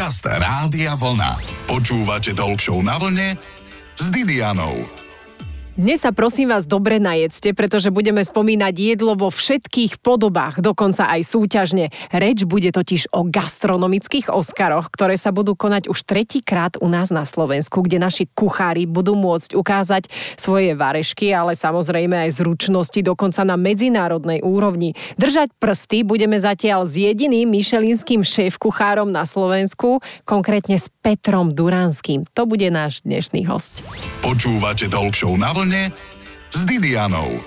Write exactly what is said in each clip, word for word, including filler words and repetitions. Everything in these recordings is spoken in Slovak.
Podcast Rádia Vlna. Počúvate Talk Show na vlne s Didianou. Dnes sa prosím vás dobre najedzte, pretože budeme spomínať jedlo vo všetkých podobách, dokonca aj súťažne. Reč bude totiž o gastronomických Oscaroch, ktoré sa budú konať už tretíkrát u nás na Slovensku, kde naši kuchári budú môcť ukázať svoje varešky, ale samozrejme aj zručnosti, dokonca na medzinárodnej úrovni. Držať prsty budeme zatiaľ s jediným michelinským šéf-kuchárom na Slovensku, konkrétne s Petrom Duranským. To bude náš dnešný hosť. Počúvate Talk Show na vlne s Didianou.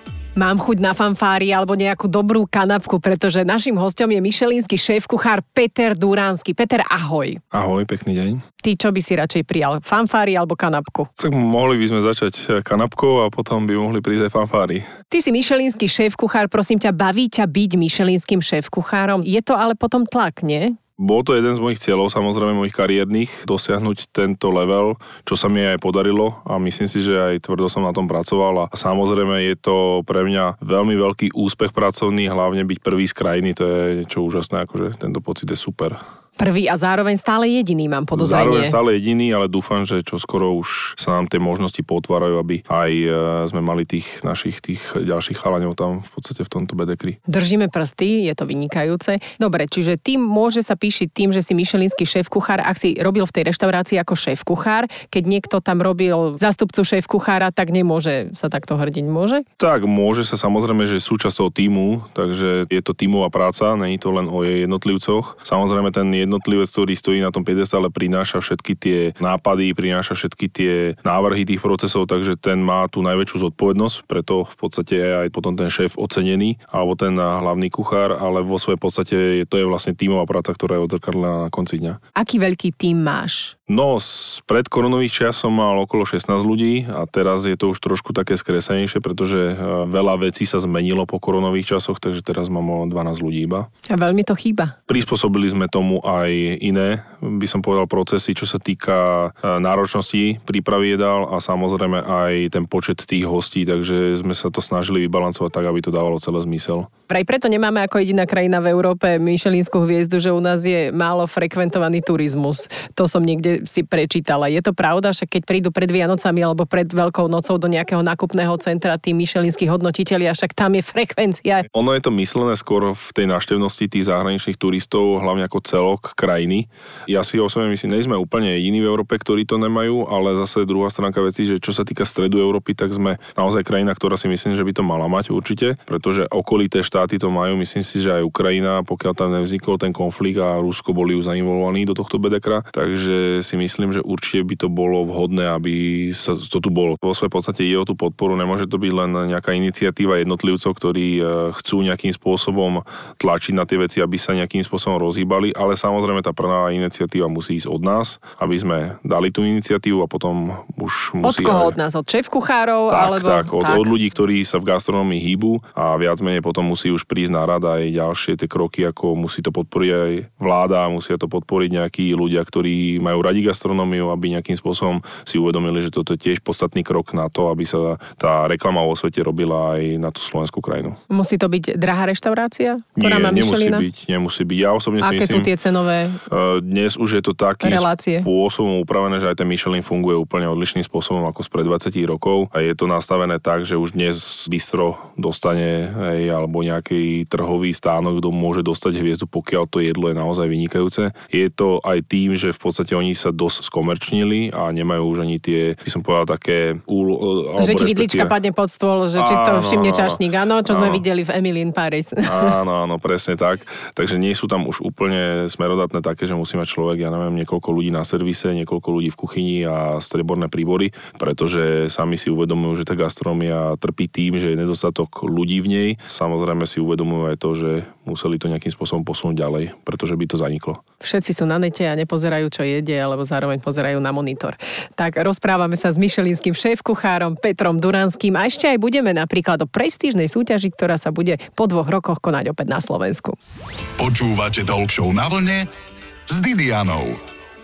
Mám chuť na fanfári alebo nejakú dobrú kanapku, pretože našim hosťom je michelinský šéf-kuchár Peter Duranský. Peter, ahoj. Ahoj, pekný deň. Ty čo by si radšej prijal? Fanfári alebo kanapku? Tak mohli by sme začať kanapkou a potom by mohli prísť aj fanfári. Ty si michelinský šéf-kuchár, prosím ťa, baví ťa byť michelinským šéf-kuchárom? Je to ale potom tlak, nie? Bol to jeden z mojich cieľov, samozrejme mojich kariérnych, dosiahnuť tento level, čo sa mi aj podarilo a myslím si, že aj tvrdo som na tom pracoval a samozrejme je to pre mňa veľmi veľký úspech pracovný, hlavne byť prvý z krajiny, to je niečo úžasné, akože tento pocit je super. Prvý a zároveň stále jediný, mám podozrenie. Zároveň stále jediný, ale dúfam, že čoskoro už sa nám tie možnosti potvárajú, aby aj sme mali tých našich tých ďalších chalaňov tam v podstate v tomto bedekri. Držíme prsty, je to vynikajúce. Dobre, čiže tým môže sa píšiť tým, že si michelinský šéf-kuchár, ak si robil v tej reštaurácii ako šéf-kuchár, keď niekto tam robil zástupcu šéf-kuchára, tak nemôže sa takto hrdiť, môže? Tak, môže sa, samozrejme, že súčasťou tímu, takže je to tímová práca, nie je to len o jednotlivcoch. Samozrejme ten jednotlivec, ktorý stojí na tom piedestále, prináša všetky tie nápady, prináša všetky tie návrhy tých procesov, takže ten má tú najväčšiu zodpovednosť, preto v podstate je aj potom ten šéf ocenený, alebo ten hlavný kuchár, ale vo svojej podstate to je vlastne tímová práca, ktorá je odzrkadlená na konci dňa. Aký veľký tím máš? No, z predkoronových čias som mal okolo šestnásť ľudí a teraz je to už trošku také skresenejšie, pretože veľa vecí sa zmenilo po koronových časoch, takže teraz mám o dvanásť ľudí iba. A veľmi to chýba. Prispôsobili sme tomu aj iné, by som povedal, procesy, čo sa týka náročnosti prípravy jedál a samozrejme aj ten počet tých hostí, takže sme sa to snažili vybalancovať tak, aby to dávalo celé zmysel. Vraj preto nemáme ako jediná krajina v Európe michelinskú hviezdu, že u nás je málo frekventovaný turizmus. To som niekde si prečítala. Je to pravda, že keď prídu pred Vianocami alebo pred Veľkou nocou do nejakého nákupného centra tí michelinskí hodnotitelia, však tam je frekvencia. Ono je to myslené skôr v tej návštevnosti tých zahraničných turistov, hlavne ako celok krajiny. Ja si osobne myslím, nie sme úplne jediní v Európe, ktorí to nemajú, ale zase druhá stránka veci, že čo sa týka stredu Európy, tak sme naozaj krajina, ktorá si myslím, že by to mala mať určite, pretože okolité štáty to majú, myslím si, že aj Ukrajina, pokiaľ tam nevznikol ten konflikt a Rusko boli už zainvolovaní do tohto bedekra, takže si myslím, že určite by to bolo vhodné, aby sa to tu bolo. Vo svojej podstate je o tú podporu, nemôže to byť len nejaká iniciatíva jednotlivcov, ktorí chcú nejakým spôsobom tlačiť na tie veci, aby sa nejakým spôsobom rozhýbali, ale samozrejme tá prvá iniciatíva musí ísť od nás, aby sme dali tú iniciatívu a potom už musí... Od koho aj... od nás? Od šéf-kuchárov? Tak, alebo... tak, od, tak. od ľudí, ktorí sa v gastronomii hýbu a viac menej potom musí už prísť na rad aj ďalšie tie kroky, ako musí to podporiť aj vláda, musia to podporiť nejakí ľudia, ktorí majú radi gastronómiu, aby nejakým spôsobom si uvedomili, že toto je tiež podstatný krok na to, aby sa tá reklama vo svete robila aj na tú slovenskú krajinu. Musí to byť drahá reštaurácia, ktorá Nie, má nemusí Michelina? byť, nemusí byť. Ja osobne si Aké myslím, sú tie cenové dnes už je to takým relácie? Spôsobom upravené, že aj ten Michelin funguje úplne odlišným spôsobom ako spred dvadsať rokov a je to nastavené tak, že už dnes bistro dostane aj, alebo nejaký trhový stánok, kto môže dostať hviezdu, pokiaľ to jedlo je naozaj vynikajúce. Je to aj tým, že v podstate oni sa dosť skomerčnili a nemajú už ani tie, by som povedal, také úl... Že ti vidlička padne pod stôl, že čisto všimne čašník, áno, čo áno. sme videli v Emily in Paris. Áno, áno, presne tak. Takže nie sú tam už úplne smerodatné také, že musí mať človek, ja neviem, niekoľko ľudí na servise, niekoľko ľudí v kuchyni a strieborné príbory, pretože sami si uvedomujú, že tá gastronómia trpí tým, že je nedostatok ľudí v nej. Samozrejme si uvedomujú aj to, že museli to nejakým spôsobom posunúť ďalej, pretože by to zaniklo. Všetci sú na nete a nepozerajú, čo jedzie, alebo zároveň pozerajú na monitor. Tak rozprávame sa s michelinským šéf-kuchárom Petrom Duranským a ešte aj budeme napríklad o prestížnej súťaži, ktorá sa bude po dvoch rokoch konať opäť na Slovensku. Počúvate Talk Show na vlne s Didianou.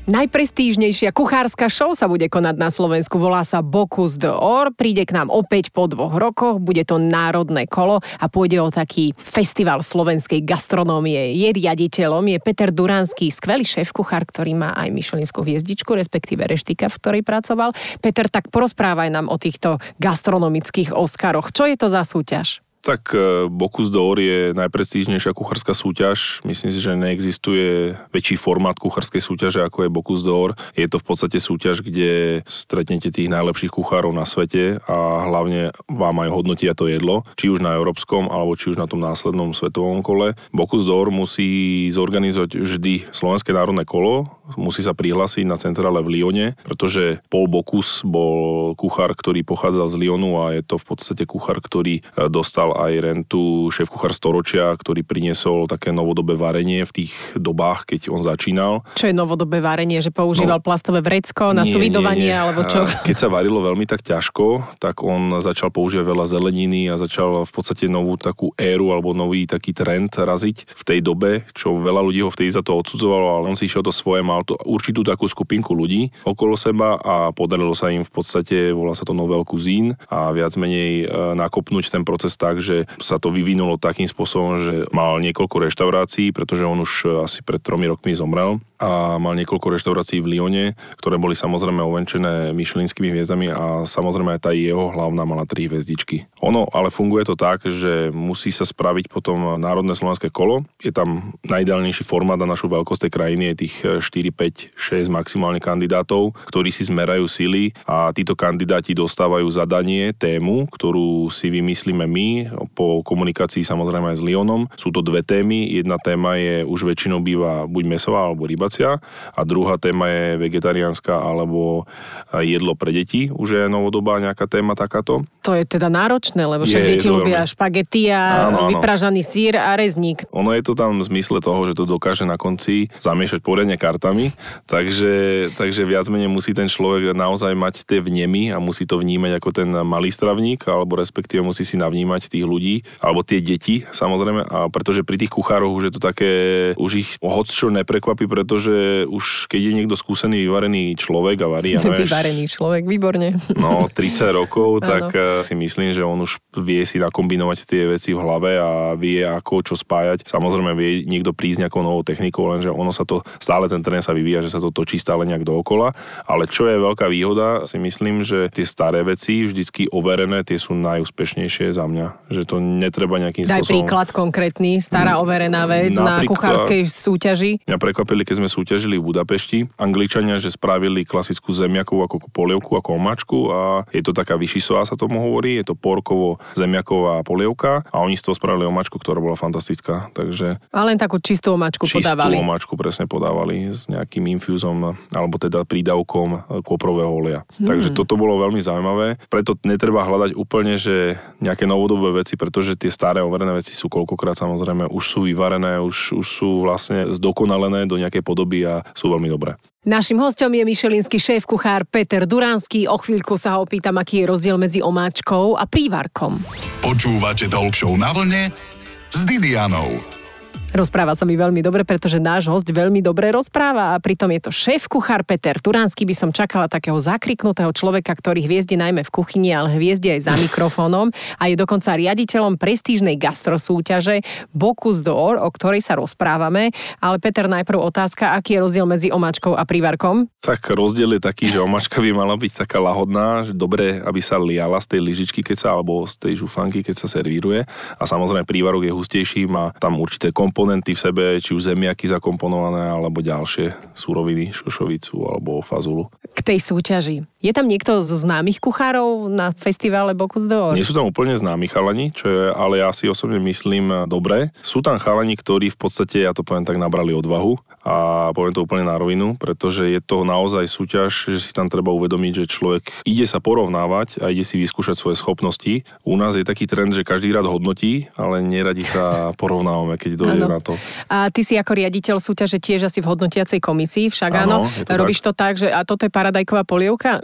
Najprestížnejšia kuchárska show sa bude konať na Slovensku. Volá sa Bocuse d'Or. Príde k nám opäť po dvoch rokoch. Bude to národné kolo a pôjde o taký festival slovenskej gastronómie. Je riaditeľom, je Peter Duranský, skvelý šéf-kuchár, ktorý má aj Michelinskú hviezdičku, respektíve reštika, v ktorej pracoval. Peter, tak porozprávaj nám o týchto gastronomických Oscaroch. Čo je to za súťaž? Tak Bocuse d'Or je najprestížnejšia kuchárska súťaž. Myslím si, že neexistuje väčší formát kuchárskej súťaže, ako je Bocuse d'Or. Je to v podstate súťaž, kde stretnete tých najlepších kuchárov na svete a hlavne vám aj hodnotia to jedlo, či už na európskom, alebo či už na tom následnom svetovom kole. Bocuse d'Or musí zorganizovať vždy Slovenské národné kolo, musí sa prihlásiť na centrále v Lyone, pretože Paul Bocuse bol kuchár, ktorý pochádzal z Lyonu a je to v podstate kuchár, ktorý dostal aj rentu šéf-kuchár storočia, ktorý priniesol také novodobé varenie v tých dobách, keď on začínal. Čo je novodobé varenie? Že používal no, plastové vrecko na suvidovanie, alebo čo? Keď sa varilo veľmi tak ťažko, tak on začal používať veľa zeleniny a začal v podstate novú takú éru alebo nový taký trend raziť v tej dobe, čo veľa ľudí ho vtedy za to odsudzovalo, ale on si išiel to svoje, mal to určitú takú skupinku ľudí okolo seba a podarilo sa im v podstate, volá sa to Nouvelle Cuisine, a viac menej nakopnúť ten proces tak, že sa to vyvinulo takým spôsobom, že mal niekoľko reštaurácií, pretože on už asi pred tromi rokmi zomrel a mal niekoľko reštaurácií v Lyone, ktoré boli samozrejme ovenčené Michelinskými hviezdami a samozrejme aj tá jeho hlavná mala tri hviezdičky. Ono ale funguje to tak, že musí sa spraviť potom národné slovenské kolo. Je tam najideálnejší formát na našu veľkosť tej krajiny, je tých štyri, päť, šesť maximálne kandidátov, ktorí si zmerajú sily a títo kandidáti dostávajú zadanie, tému, ktorú si vymyslíme my po komunikácii samozrejme aj s Lyonom. Sú to dve témy. Jedna téma je už väčšinou býva buď mäsová alebo rybacia a druhá téma je vegetariánska alebo jedlo pre deti. Už je novodobá nejaká téma takáto. To je teda náročné, lebo však deti ľubia veľmi... špagety a áno, áno. vypražaný sír a rezník. Ono je to tam v zmysle toho, že to dokáže na konci zamiešať poriadne kartami, takže, takže viac menej musí ten človek naozaj mať tie vnemy a musí to vnímať ako ten malý stravník, alebo respektíve musí si navnímať tých ľudí, alebo tie deti, samozrejme, a pretože pri tých kuchároch už je to také, už ich hocčo neprekvapí, pretože už keď je niekto skúsený, vyvarený človek a varí, ja nevieš, vyvarený človek, výborne. No, tridsať rokov, tak si myslím, že on už vie si nakombinovať tie veci v hlave a vie ako čo spájať. Samozrejme vie niekto prísť nejakou novou technikou, lenže ono sa to, stále ten trend sa vyvíja, že sa to točí stále nejak dookola, ale čo je veľká výhoda, si myslím, že tie staré veci, vždycky overené, tie sú najúspešnejšie za mňa, že to netreba nejakým Daj spôsobom... Daj príklad konkrétny, stará overená vec napríklad, na kuchárskej súťaži. Mňa prekvapili, keď sme súťažili v Budapešti, Angličania, že spravili klasickú zemiakovú ako polievku, ako omáčku a je to taká vyšisová, sa tomu hovorí, je to porkovo zemiaková polievka a oni z toho spravili omáčku, ktorá bola fantastická, takže... A len takú čistú omáčku čistú podávali. Čistú omáčku presne podávali s nejakým infúzom alebo teda prídavkom koprového oleja. Hmm. Takže toto bolo veľmi zaujímavé, preto netreba hľadať úplne, že nejaké novodobé veci, pretože tie staré overené veci sú koľkokrát samozrejme už sú vyvarené, už, už sú vlastne zdokonalené do nejakej podoby a sú veľmi dobré. Naším hosťom je michelinský šéf-kuchár Peter Duranský. O chvíľku sa ho opýtam, aký je rozdiel medzi omáčkou a prívarkom. Počúvate Talk Show na vlne s Didianou. Rozpráva sa mi veľmi dobre, pretože náš host veľmi dobre rozpráva a pritom je to šéf-kuchár Peter Duranský. By som čakala takého zakriknutého človeka, ktorý hviezdi najmä v kuchyni, ale hviezdi aj za mikrofónom a je dokonca riaditeľom prestížnej gastrosúťaže Bocuse d'Or, o ktorej sa rozprávame. Ale Peter, najprv otázka, aký je rozdiel medzi omáčkou a prívarkom? Tak rozdiel je taký, že omáčka by mala byť taká lahodná, že dobre, aby sa liala z tej lyžičky, keď sa, alebo z tej žufanky, keď sa servíruje. A samozrejme prívarok je hustejší, má tam určité komponenty komponenty v sebe, či už zemiaky zakomponované, alebo ďalšie suroviny, šošovicu alebo fazulu. K tej súťaži. Je tam niekto zo známych kuchárov na festivale Bocuse d'Or? Nie sú tam úplne známi chalani, čo je, ale ja si osobne myslím dobre. Sú tam chalani, ktorí v podstate, ja to poviem tak, nabrali odvahu a poviem to úplne na rovinu, pretože je to naozaj súťaž, že si tam treba uvedomiť, že človek ide sa porovnávať a ide si vyskúšať svoje schopnosti. U nás je taký trend, že každý rád hodnotí, ale neradi sa porovnávame, keď dojde na to. A ty si ako riaditeľ súťaže tiež asi v hodnotiacej komisii, však áno. áno Robíš tak. to tak, že a toto je paradajková polievka?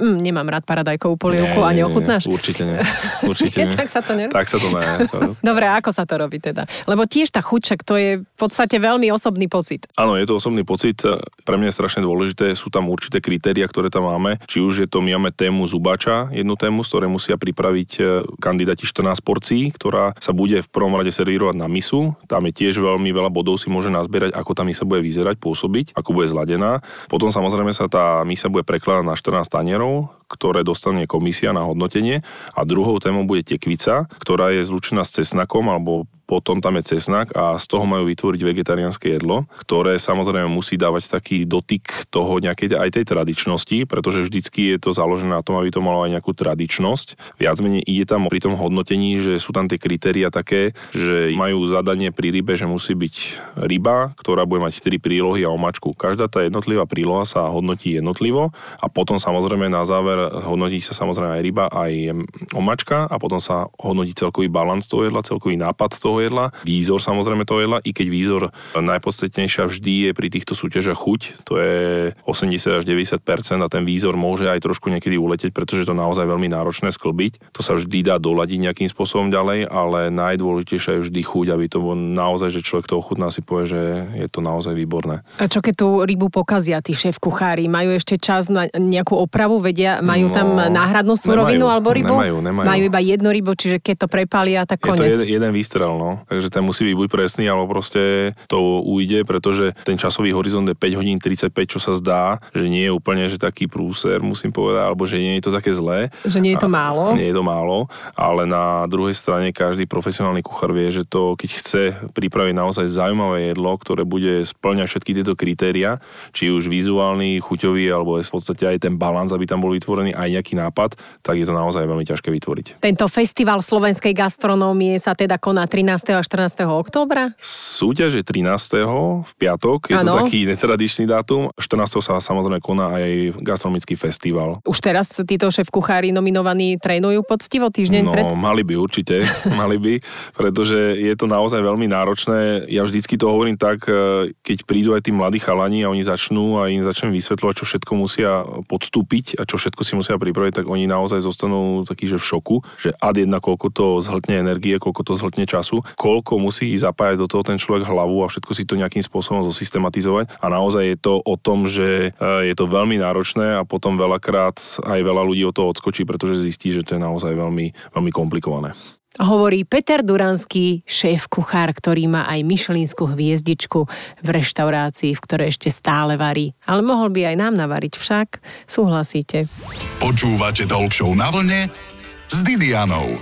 mm, nemám rád paradajkovú polievku nie, a neochutnáš? Nie, určite nie. Určite nie. Tak sa to nerobí? Tak sa to ne. Dobre, ako sa to robí teda? Lebo tiež tá chuť, to je v podstate veľmi osobný pocit. Áno, je to osobný pocit. Pre mňa je strašne dôležité, sú tam určité kritéria, ktoré tam máme. Či už je to, my máme tému zubača, jednu tému, z ktorej musia pripraviť kandidáti štrnásť porcií, ktorá sa bude v prvom rade servírovať na misu. Tam je tiež veľmi veľa bodov si môže nazbierať, ako tá misa bude vyzerať, pôsobiť, ako bude zladená. Potom samozrejme sa tá misa bude prekladať na štrnásť tanierov, ktoré dostane komisia na hodnotenie, a druhou témou bude tekvica, ktorá je zlučená s cesnakom, alebo potom tam je cesnak a z toho majú vytvoriť vegetariánske jedlo, ktoré samozrejme musí dávať taký dotyk toho nejakej aj tej tradičnosti, pretože vždycky je to založené na tom, aby to malo aj nejakú tradičnosť. Viac menej ide tam pri tom hodnotení, že sú tam tie kritéria také, že majú zadanie pri rybe, že musí byť ryba, ktorá bude mať štyri prílohy a omačku. Každá tá jednotlivá príloha sa hodnotí jednotlivo a potom samozrejme na záver hodnotí sa samozrejme aj ryba, aj omačka a potom sa hodnotí celkový balans toho jedla, celkový nápad toho jedla, výzor samozrejme toho jedla, i keď výzor najpodstatnejšia vždy je pri týchto súťažiach chuť, to je osemdesiat až deväťdesiat percent a ten výzor môže aj trošku niekedy uletieť, pretože to naozaj veľmi náročné sklbiť. To sa vždy dá doladiť nejakým spôsobom ďalej, ale najdôležitejšia je vždy chuť, aby to bolo naozaj, že človek to ochutná, si povie, že je to naozaj výborné. A čo keď tú rybu pokazia tí šéf kuchári? Majú ešte čas na nejakú opravu? Vedia, majú tam no, náhradnú surovinu nemajú, alebo rybu? Nemajú, nemajú. Majú iba jednu rybu, čiže keď to prepália, tak koniec. Je to jeden, jeden výstrel, no. Takže ten musí byť buď presný, alebo proste to ujde, pretože ten časový horizont je päť hodín tridsaťpäť, čo sa zdá, že nie je úplne že taký prúser, musím povedať, alebo že nie je to také zlé. Že nie je to málo. A, nie je to málo, ale na druhej strane každý profesionálny kuchár vie, že to, keď chce pripraviť naozaj zaujímavé jedlo, ktoré bude spĺňať všetky tieto kritéria, či už vizuálny, chuťový, alebo v podstate aj ten balans, aby tam bol vytvorený aj nejaký nápad, tak je to naozaj veľmi ťažké vytvoriť. Tento festival slovenskej gastronómie sa teda koná trinásteho a štrnásteho októbra? Súťaž je trinásteho v piatok, je ano. To taký netradičný dátum. štrnásteho sa samozrejme koná aj gastronomický festival. Už teraz títo šéf-kuchári nominovaní trénujú poctivo týždeň no, pred? No, mali by určite, mali by, pretože je to naozaj veľmi náročné. Ja vždycky to hovorím tak, keď prídu aj tí mladí chalani a oni začnú a im začnem vysvetľovať, čo všetko musia podstúpiť a čo všetko si musia pripraviť, tak oni naozaj zostanú takí, že v šoku, že ad jedna, koľko to zhltne energie, koľko to zhltne času, koľko musí zapájať do toho ten človek hlavu a všetko si to nejakým spôsobom zosystematizovať. A naozaj je to o tom, že je to veľmi náročné a potom veľakrát aj veľa ľudí o to odskočí, pretože zistí, že to je naozaj veľmi, veľmi komplikované. Hovorí Peter Duranský, šéf-kuchár, ktorý má aj Michelinskú hviezdičku v reštaurácii, v ktorej ešte stále varí. Ale mohol by aj nám navariť však. Súhlasíte? Počúvate Talk Show na vlne s Didianou.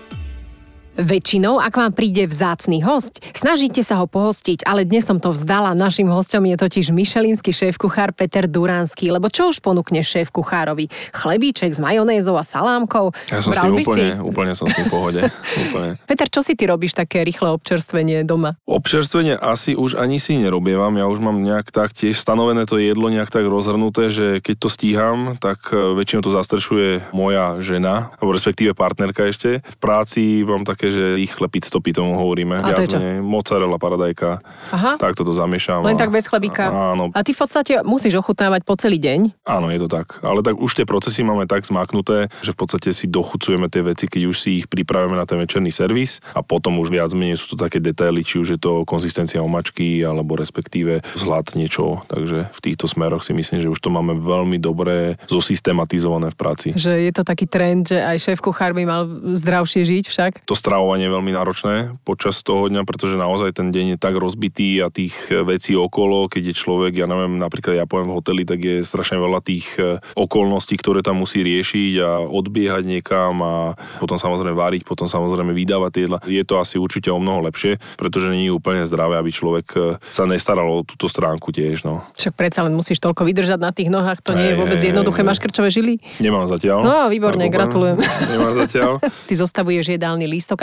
Väčšinou, ak vám príde vzácny hosť, snažíte sa ho pohostiť, ale dnes som to vzdala. Naším hosťom je totiž michelinský šéf-kuchár Peter Duranský. Lebo čo už ponúkne šéf-kuchárovi? Chlebíček s majonézou a salámkou? Ja som Bral s tým úplne, si? úplne som s tým v pohode. Úplne. Peter, čo si ty robíš také rýchle občerstvenie doma? Občerstvenie asi už ani si nerobievam. Ja už mám nejak tak tiež stanovené to jedlo nejak tak rozhrnuté, že keď to stíham, tak väčšinou to zastrešuje moja žena, alebo respektíve partnerka ešte. V práci mám také, že rýchle pitstopy tomu hovoríme. A to je čo? Mozzarella, paradajka. Aha. Tak toto zamiešam. Len tak bez chlebíka. Áno. A ty v podstate musíš ochutnávať po celý deň? Áno, je to tak. Ale tak už tie procesy máme tak zmaknuté, že v podstate si dochucujeme tie veci, keď už si ich pripravíme na ten večerný servis a potom už viac menej sú to také detaily, či už je to konzistencia omačky alebo respektíve vzhľad niečo. Takže v týchto smeroch si myslím, že už to máme veľmi dobre zosystematizované v práci. Že je to taký trend, že aj šéf-kuchár by mal zdravšie žiť však? To stravovanie je veľmi náročné počas toho dňa, pretože naozaj ten deň je tak rozbitý a tých vecí okolo, keď je človek, ja neviem, napríklad ja poviem v hoteli, tak je strašne veľa tých okolností, ktoré tam musí riešiť a odbiehať niekam a potom samozrejme váriť, potom samozrejme vydávať tie jedla. Je to asi určite o mnoho lepšie, pretože nie je úplne zdravé, aby človek sa nestaral o túto stránku tiež. No. Však predsa len musíš toľko vydržať na tých nohách, to nie je vôbec jednoduché. Máš krčové žily? Nemám zatiaľ. No, výborne, gratulujem. Nemám zatiaľ. Ty zostavuješ jedálny lístok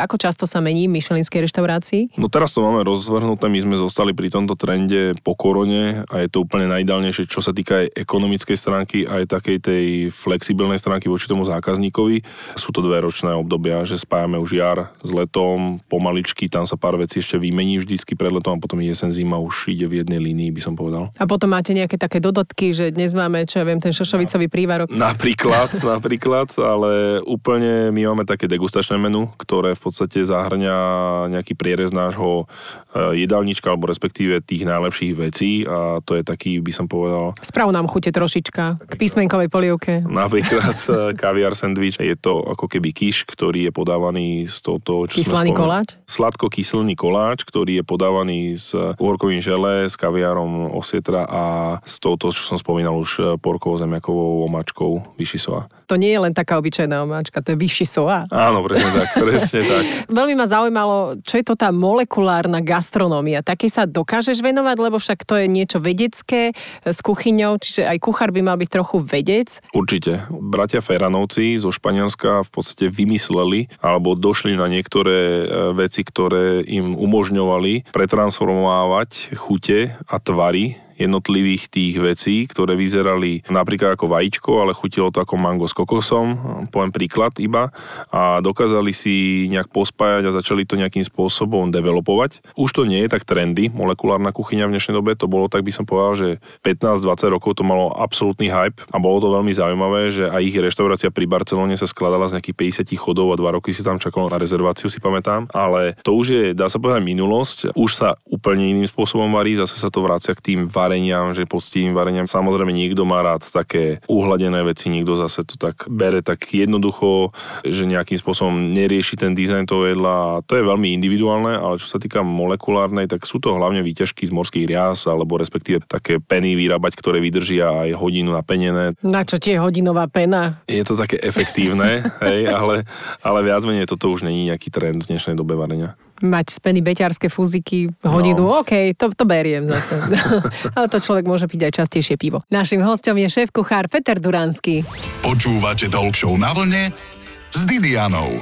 Ako často sa mení v michelinskej reštaurácii? No teraz to máme rozvrhnuté, my sme zostali pri tomto trende po korone a je to úplne najideálnejšie, čo sa týka aj ekonomickej stránky, aj takej tej flexibilnej stránky voči tomu zákazníkovi. Sú to dve ročné obdobia, že spájame už jar s letom, pomaličky, tam sa pár vecí ešte vymení vždycky pred letom a potom jesen, zima už ide v jednej línii, by som povedal. A potom máte nejaké také dodatky, že dnes máme, čo ja viem, ten šošovicový prívarok. Napríklad, napríklad, ale úplne my máme také degustačné menu, ktoré v podstate zahrňa nejaký prierez nášho jedálnička, alebo respektíve tých najlepších vecí a to je taký, by som povedal... Sprav nám chute trošička k písmenkovej polievke. Napríklad kaviár sandwich, je to ako keby kiš, ktorý je podávaný z toho, čo Kyslaný koláč? Sladko-kyselný koláč, ktorý je podávaný s uhorkovým želé, s kaviárom osietra a s touto, čo som spomínal už, porkovou zemiakovou omáčkou Vishisoa. To nie je len taká obyčajná omáčka, to je Vishisoa. Áno, presne tak, presne tak. Veľmi ma zaujímalo, čo je to tá molekulárna gastronómia. Takej sa dokážeš venovať, lebo však to je niečo vedecké s kuchyňou, čiže aj kuchár by mal byť trochu vedec. Určite. Bratia Ferranovci zo Španielska v podstate vymysleli alebo došli na niektoré veci, ktoré im umožňovali pretransformovávať chute a tvary jednotlivých tých vecí, ktoré vyzerali napríklad ako vajíčko, ale chutilo to ako mango s kokosom, poviem príklad iba, a dokázali si nejak pospájať a začali to nejakým spôsobom developovať. Už to nie je tak trendy, molekulárna kuchyňa v dnešnej dobe, to bolo, tak by som povedal, že pätnásť dvadsať rokov to malo absolútny hype a bolo to veľmi zaujímavé, že aj ich reštaurácia pri Barcelone sa skladala z nejakých päťdesiat chodov a dva roky si tam čakalo na rezerváciu, si pamätám, ale to už je, dá sa povedať, minulosť, už sa úplne iným spôsobom varí, zase sa to vracia k tým vareniam, že poctivým vareniam. Samozrejme, niekto má rád také uhladené veci, niekto zase to tak bere tak jednoducho, že nejakým spôsobom nerieši ten dizajn toho jedla. To je veľmi individuálne, ale čo sa týka molekulárnej, tak sú to hlavne výťažky z morských rias, alebo respektíve také peny vyrábať, ktoré vydržia aj hodinu napenené. Na čo ti je hodinová pena? Je to také efektívne, hej, ale, ale viac menej toto už není nejaký trend v dnešnej dobe varenia. Mať z peny beťarské fúziky hodinu, no. OK, to, to beriem zase. Ale to človek môže piť aj častejšie pivo. Naším hosťom je šéf-kuchár Peter Duranský. Počúvate Talk Show na vlne s Didianou.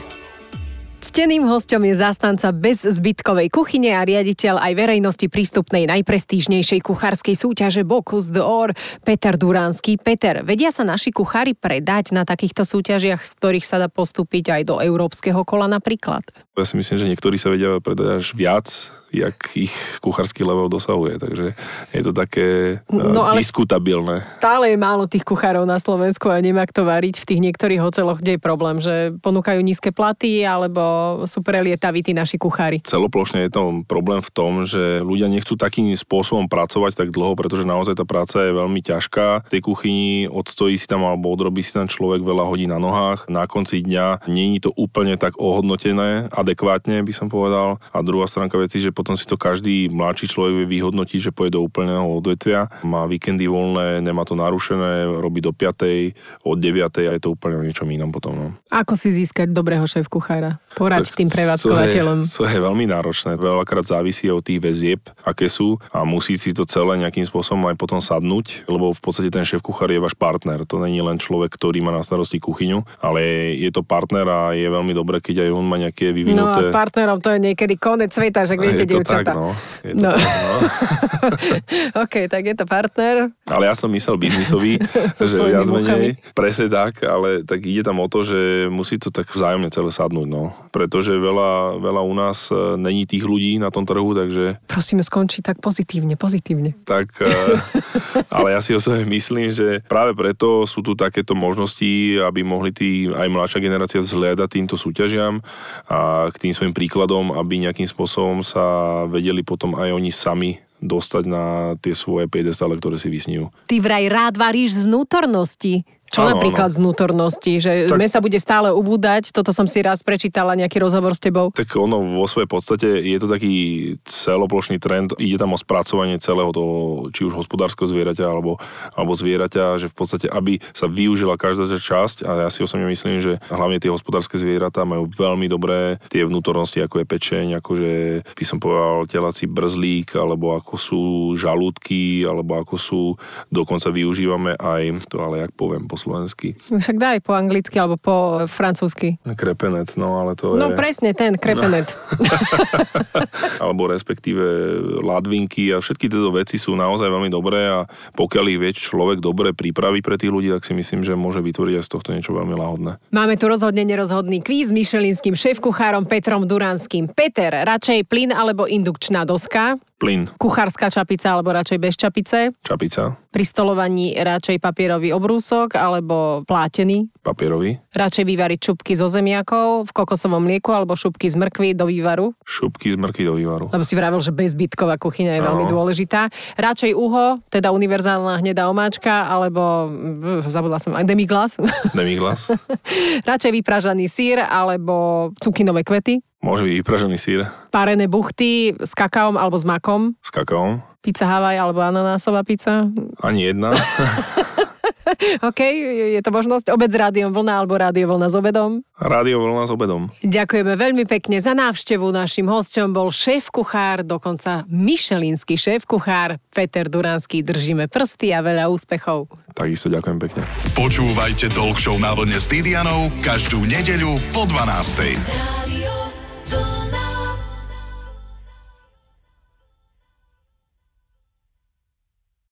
Cteným hosťom je zástanca bezzbytkovej kuchyne a riaditeľ aj verejnosti prístupnej najprestížnejšej kuchárskej súťaže Bocuse d'Or, Peter Duranský. Peter, vedia sa naši kuchári predať na takýchto súťažiach, z ktorých sa dá postúpiť aj do európskeho kola napríklad? Ja si myslím, že niektorí sa vedia predať až viac, jak ich kuchársky level dosahuje, takže je to také no, uh, diskutabilné. Stále je málo tých kuchárov na Slovensku a nemá kto variť v tých niektorých hoteloch, kde je problém, že ponúkajú nízke platy alebo sú prelietaví tí naši kuchári. Celoplošne je to problém v tom, že ľudia nechcú takým spôsobom pracovať tak dlho, pretože naozaj tá práca je veľmi ťažká. V tej kuchyni odstojí si tam alebo odrobí si tam človek veľa hodín na nohách. Na konci dňa nie je to úplne tak ohodnotené, adekvátne by som povedal. A druhá stránka veci, že potom si to každý mladší človek vie vyhodnotiť, že pôjde do úplného odvetvia. Má víkendy voľné, nemá to narušené, robí do piatej, od deviatej a je to úplne o niečom inom potom. No. Ako si získať dobrého šéf-kuchára? Poraď tým prevádzkovateľom. To je, to je veľmi náročné. Veľakrát závisí od tých väzieb, aké sú a musí si to celé nejakým spôsobom aj potom sadnúť, lebo v podstate ten šéf-kuchár je váš partner. To nie je len človek, ktorý má na starosti kuchyňu, ale je to partner a je veľmi dobré, keď aj on má nejaké vyvinuté... No a s partnerom to je niekedy konec sveta, že viete, dievčatá. No. Je to no. tak, no. OK, tak je to partner. Ale ja som myslel biznisový, že viac menej presne tak, ale tak ide tam o to, že musí to tak vzájomne celé sadnúť, no. Pretože veľa, veľa u nás není tých ľudí na tom trhu, takže... Prosíme, skončí tak pozitívne, pozitívne. Tak, ale ja si osobne myslím, že práve preto sú tu takéto možnosti, aby mohli tí aj mladšia generácia vzhliadať týmto súťažiam a k tým svojim príkladom, aby nejakým spôsobom sa vedeli potom aj oni sami dostať na tie svoje piedestále, ktoré si vysnívajú. Ty vraj rád varíš z vnútornosti. Čo ano, napríklad ano. Z vnútornosti? Že tak, mesa bude stále ubúdať? Toto som si raz prečítala, nejaký rozhovor s tebou. Tak ono vo svojej podstate je to taký celoplošný trend. Ide tam o spracovanie celého toho, či už hospodárskeho zvieraťa alebo, alebo zvieraťa, že v podstate, aby sa využila každá časť. A ja si osobne myslím, že hlavne tie hospodárske zvieratá majú veľmi dobré tie vnútornosti, ako je pečeň, akože by som povedal telací brzlík, alebo ako sú žalúdky, alebo ako sú, dokonca využívame aj, to ale jak poviem po slovensky. Však daj po anglicky alebo po francúzsky. Krepenet, no ale to no, je... No presne, ten krepenet. Alebo respektíve ladvinky a všetky tieto veci sú naozaj veľmi dobré a pokiaľ ich vie človek dobre pripraviť pre tých ľudí, tak si myslím, že môže vytvoriť aj z tohto niečo veľmi lahodné. Máme tu rozhodne nerozhodný kvíz s michelinským šéfkuchárom Petrom Duranským. Peter, radšej plyn alebo indukčná doska? Plyn. Kuchárska čapica alebo radšej bez čapice? Čapica. Pri stolovaní radšej papierový obrúsok alebo plátený? Papierový. Radšej vyvariť šupky zo zemiakov v kokosovom mlieku alebo šupky z mrkvy do vývaru? Šupky z mrkvy do vývaru. Lebo si vravel, že bezbytková kuchyňa je no. veľmi dôležitá. Radšej uho, teda univerzálna hnedá omáčka, alebo zabudla som, demiglas. Demiglas. Radšej vypražaný sír alebo cukinové kvety? Môže byť vypražený sír. Párené buchty s kakaom alebo s makom? S kakaom. Pizza Hawaii alebo ananásová pizza? Ani jedna. OK, je to možnosť. Obed s rádiom vlna alebo rádio vlna s obedom? Rádio vlna s obedom. Ďakujeme veľmi pekne za návštevu. Naším hosťom bol šéf-kuchár, dokonca michelinský šéf-kuchár Peter Duranský. Držíme prsty a veľa úspechov. Takisto ďakujem pekne. Počúvajte Talk Show na vlne s Didianou každú nedeľu po dvanástej.